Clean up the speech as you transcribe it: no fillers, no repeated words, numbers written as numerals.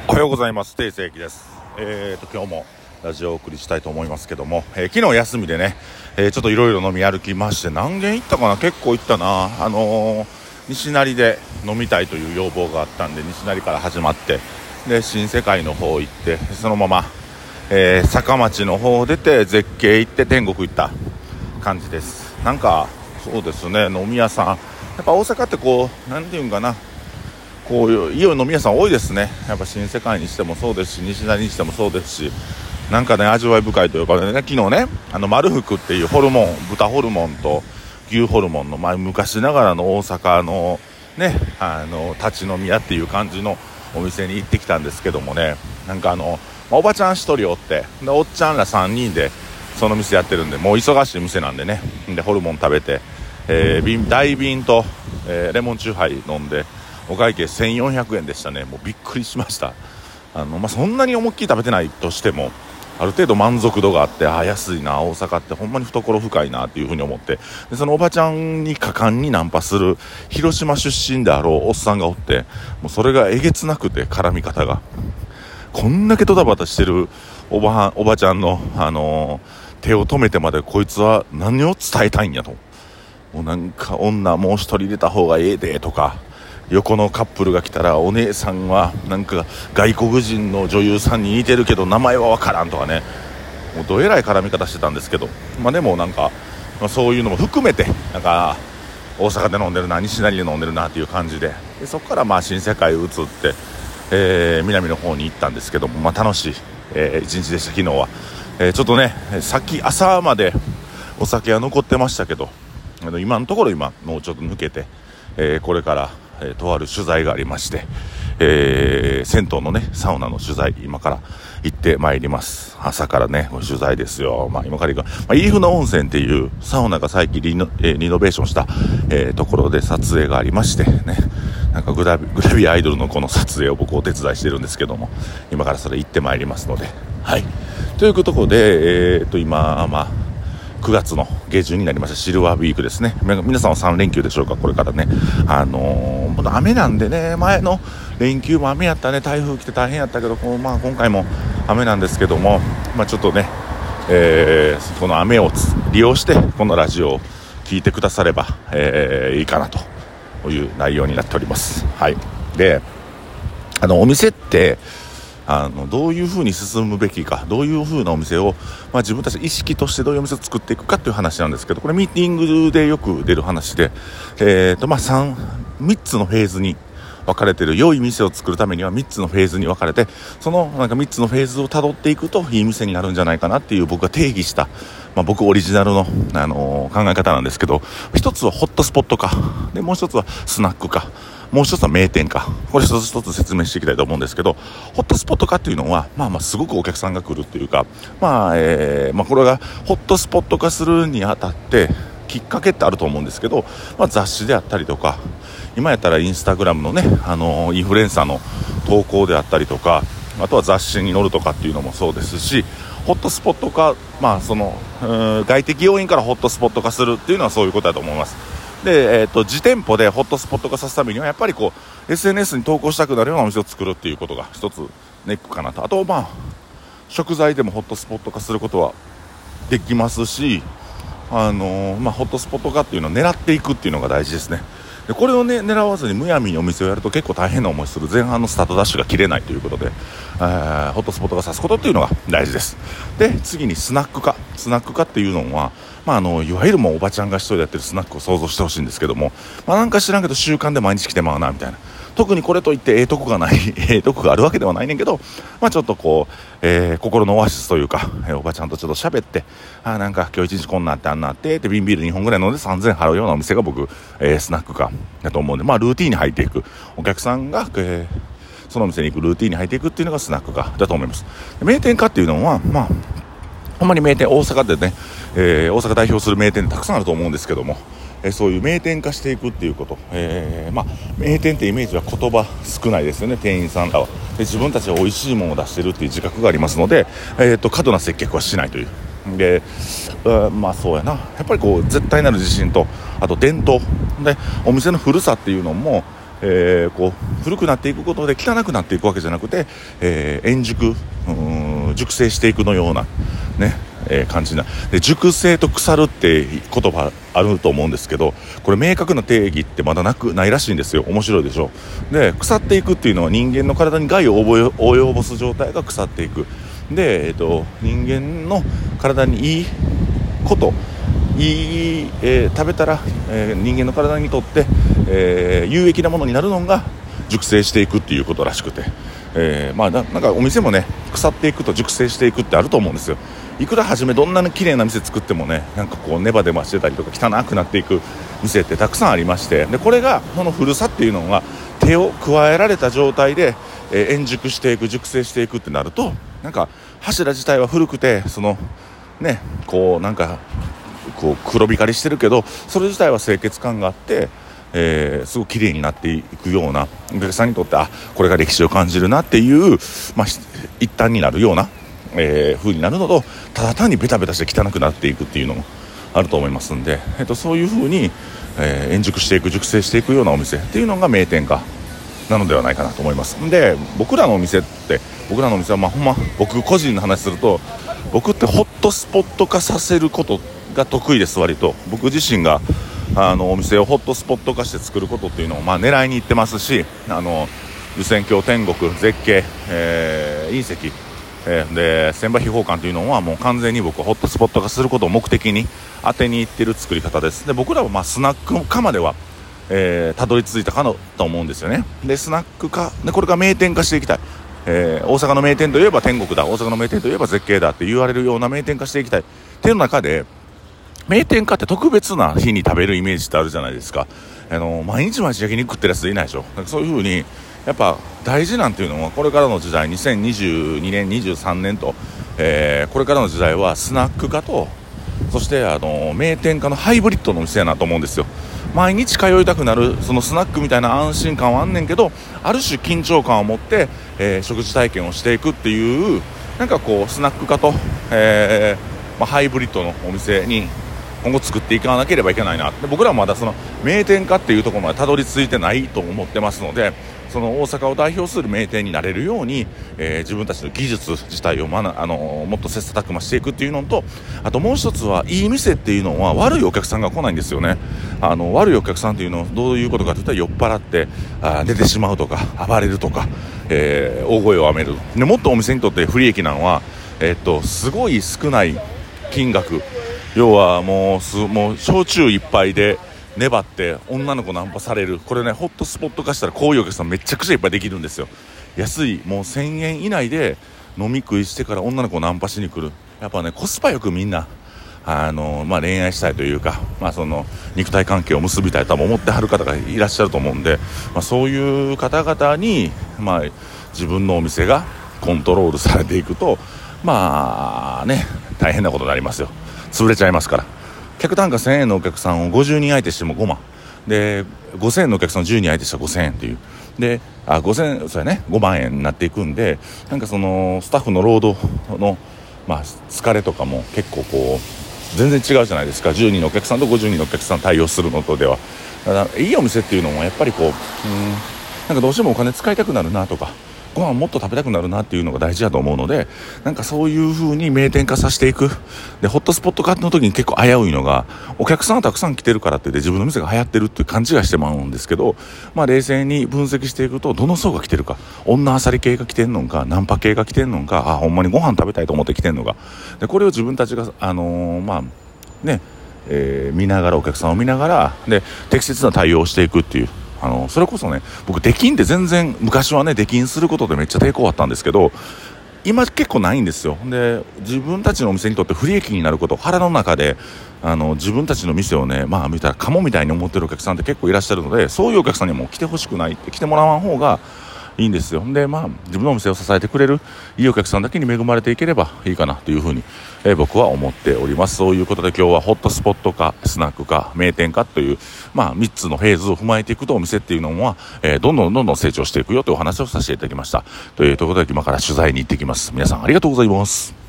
おはようございます。定世紀です。今日もラジオをお送りしたいと思いますけども、昨日休みでね、ちょっといろいろ飲み歩きまして、何軒行ったかな、結構行ったな。西成で飲みたいという要望があったんで、西成から始まってで新世界の方行って、そのまま、坂町の方出て絶景行って天国行った感じです。なんかそうですね、飲み屋さんやっぱ大阪ってこうなんていうんかな、こういういい飲み屋さん多いですね。やっぱ新世界にしてもそうですし、西成にしてもそうですし、なんかね味わい深いというかね、昨日ね丸福っていうホルモン、豚ホルモンと牛ホルモンの、昔ながらの大阪のね立ち飲み屋っていう感じのお店に行ってきたんですけどもね、なんかおばちゃん一人おって、でおっちゃんら3人でその店やってるんで、もう忙しい店なんでね、でホルモン食べて、大瓶と、レモンチューハイ飲んでお会計1400円でしたね。もうびっくりしました。そんなに思いっきり食べてないとしてもある程度満足度があって、安いな、大阪ってほんまに懐深いなっていうふうに思って、でそのおばちゃんに果敢にナンパする広島出身であろうおっさんがおって、もうそれがえげつなくて、絡み方がこんだけドタバタしてるおばちゃんの、手を止めてまでこいつは何を伝えたいんやと、もうなんか女もう一人入れた方がええでとか、横のカップルが来たらお姉さんはなんか外国人の女優さんに似てるけど名前はわからんとかね、もうどえらい絡み方してたんですけど、でもなんか、そういうのも含めてなんか大阪で飲んでるな、西成で飲んでるなっていう感じで、そこから新世界移って、南の方に行ったんですけども、楽しい、一日でした昨日は。ちょっとねさっき朝までお酒は残ってましたけど、今のところもうちょっと抜けて、これからとある取材がありまして、銭湯のねサウナの取材今から行ってまいります。朝からね取材ですよ。今から行く、入船温泉っていうサウナが最近リノベーションした、ところで撮影がありましてね、なんかグラビアアイドルのこの撮影を僕お手伝いしてるんですけども、今からそれ行ってまいりますので、はい、というところで、今9月の下旬になりました。シルバーウィークですね。皆さんは3連休でしょうか。これからね雨なんでね、前の連休も雨やったね、台風来て大変やったけど、今回も雨なんですけども、ちょっとね、この雨を利用してこのラジオを聞いてくだされば、いいかなという内容になっております。はい。でお店ってどういう風に進むべきか、どういう風なお店を、自分たち意識としてどういうお店を作っていくかという話なんですけど、これミーティングでよく出る話で、3つのフェーズに分かれている。良い店を作るためには3つのフェーズに分かれて、その3つのフェーズをたどっていくといい店になるんじゃないかなっていう僕が定義した、僕オリジナルの、考え方なんですけど、一つはホットスポット化で、もう一つはスナック化、もう一つは名店化。これ一つ一つ説明していきたいと思うんですけど、ホットスポット化っていうのはすごくお客さんが来るっていうか、これがホットスポット化するにあたってきっかけってあると思うんですけど、雑誌であったりとか、今やったらインスタグラムのねインフルエンサーの投稿であったりとか、あとは雑誌に載るとかっていうのもそうですし、ホットスポット化、外的要因からホットスポット化するっていうのはそういうことだと思います。で、自店舗でホットスポット化させるためにはやっぱりSNS に投稿したくなるようなお店を作るっていうことが一つネックかなと。あと食材でもホットスポット化することはできますし、ホットスポット化っていうのを狙っていくっていうのが大事ですね。でこれをね狙わずにむやみにお店をやると結構大変な思いする。前半のスタートダッシュが切れないということで、ホットスポット化さすことっていうのが大事です。で次にスナック化っていうのは、いわゆるもうおばちゃんが一人でやってるスナックを想像してほしいんですけども、なんか知らんけど習慣で毎日来てまうなみたいな、特にこれといってとこがないとこがあるわけではないねんけど、ちょっと心のオアシスというか、おばちゃんとちょっと喋って、なんか今日一日こんなってあんなってビンビール2本ぐらい飲んで3000円払うようなお店が僕、スナック化だと思うんで、ルーティンに入っていくお客さんが、そのお店に行くルーティンに入っていくっていうのがスナック化だと思います。名店化っていうのはほんまに名店、大阪でね、大阪代表する名店たくさんあると思うんですけども、そういう名店化していくっていうこと、名店ってイメージは言葉少ないですよね。店員さんらはで自分たちは美味しいものを出してるっていう自覚がありますので、過度な接客はしないというで、そうやな、やっぱり絶対なる自信と、あと伝統でお店の古さっていうのも、 こう古くなっていくことで汚くなっていくわけじゃなくて、円熟熟成していくのようなね、感じなで、熟成と腐るって言葉あると思うんですけど、これ明確な定義ってまだないらしいんですよ。面白いでしょ。で、腐っていくっていうのは人間の体に害を及ぼす状態が腐っていくで、人間の体にいいこと食べたら、人間の体にとって、有益なものになるのが熟成していくっていうことらしくて、なんかお店もね、腐っていくと熟成していくってあると思うんですよ。いくら初めどんなに綺麗な店作ってもね、なんかこうネバネバしてたりとか汚くなっていく店ってたくさんありまして、でこれがこの古さっていうのが手を加えられた状態で、円熟していく熟成していくってなると、なんか柱自体は古くてそのねこうなんかこう黒光りしてるけど、それ自体は清潔感があって、すごく綺麗になっていくような、お客さんにとってこれが歴史を感じるなっていう、一端になるような、風になるのと、ただ単にベタベタして汚くなっていくっていうのもあると思いますんで、そういう風に、円熟していく熟成していくようなお店っていうのが名店化なのではないかなと思います。で、僕らのお店はほんま僕個人の話すると、僕ってホットスポット化させることが得意です。割と僕自身がお店をホットスポット化して作ることっていうのを狙いに行ってますし、湯仙峡天国絶景、隕石、で千葉秘宝館というのはもう完全に僕はホットスポット化することを目的に当てにいってる作り方です。で、僕らはスナック化まではたどり着いたかなと思うんですよね。で、スナック化でこれが名店化していきたい、大阪の名店といえば天国だ、大阪の名店といえば絶景だって言われるような名店化していきたいっていう中で、名店化って特別な日に食べるイメージってあるじゃないですか。毎日焼肉食ってるやついないでしょ。そういう風にやっぱ大事なんていうのは、これからの時代2022年23年と、これからの時代はスナック化と、そして名店化のハイブリッドの店やなと思うんですよ。毎日通いたくなるそのスナックみたいな安心感はあんねんけど、ある種緊張感を持って、食事体験をしていくっていう、なんかこうスナック化と、ハイブリッドのお店に今後作っていかなければいけないな。で、僕らはまだその名店化っていうところまでたどり着いてないと思ってますので、その大阪を代表する名店になれるように、自分たちの技術自体をもっと切磋琢磨していくっていうのと、あともう一つはいい店っていうのは悪いお客さんが来ないんですよね。悪いお客さんっていうのはどういうことかといったら、酔っ払って寝てしまうとか暴れるとか、大声を上げる。で、もっとお店にとって不利益なのは、すごい少ない金額、要はもう焼酎一杯で粘って女の子ナンパされる。これね、ホットスポット化したらこういうお客さんめちゃくちゃいっぱいできるんですよ。安いもう1000円以内で飲み食いしてから女の子をナンパしに来る。やっぱね、コスパよくみんな恋愛したいというか、その肉体関係を結びたいと思ってはる方がいらっしゃると思うんで、そういう方々に、自分のお店がコントロールされていくと、大変なことになりますよ。潰れちゃいますから。客単価1000円のお客さんを50人相手しても5万で、5000円のお客さんを10人相手したら5000円っていうで、5000円、そうやね、5万円になっていくんで、なんかそのスタッフの労働の疲れとかも結構こう全然違うじゃないですか。10人のお客さんと50人のお客さん対応するのとでは。だからいいお店っていうのもやっぱりこうなんかどうしてもお金使いたくなるなとか、ご飯もっと食べたくなるなっていうのが大事だと思うので、なんかそういう風に名店化させていく。で、ホットスポット化の時に結構危ういのが、お客さんがたくさん来てるからって言って自分の店が流行ってるっていう勘違いしてまうんですけど、冷静に分析していくと、どの層が来てるか、女あさり系が来てんのか、ナンパ系が来てんのか、ほんまにご飯食べたいと思って来てんのか、でこれを自分たちが見ながら、お客さんを見ながらで適切な対応をしていくっていう、それこそね、僕出禁って全然昔はね出禁することでめっちゃ抵抗あったんですけど、今結構ないんですよ。で、自分たちのお店にとって不利益になること、腹の中で自分たちの店をね見たらカモみたいに思ってるお客さんって結構いらっしゃるので、そういうお客さんにも来てほしくないって、来てもらわん方がいいんですよ。で、自分のお店を支えてくれるいいお客さんだけに恵まれていければいいかなというふうに、僕は思っております。そういうことで今日はホットスポット化、スナック化、名店化という3つのフェーズを踏まえていくと、お店っていうのは、どんどん成長していくよというお話をさせていただきました。ということで今から取材に行ってきます。皆さんありがとうございます。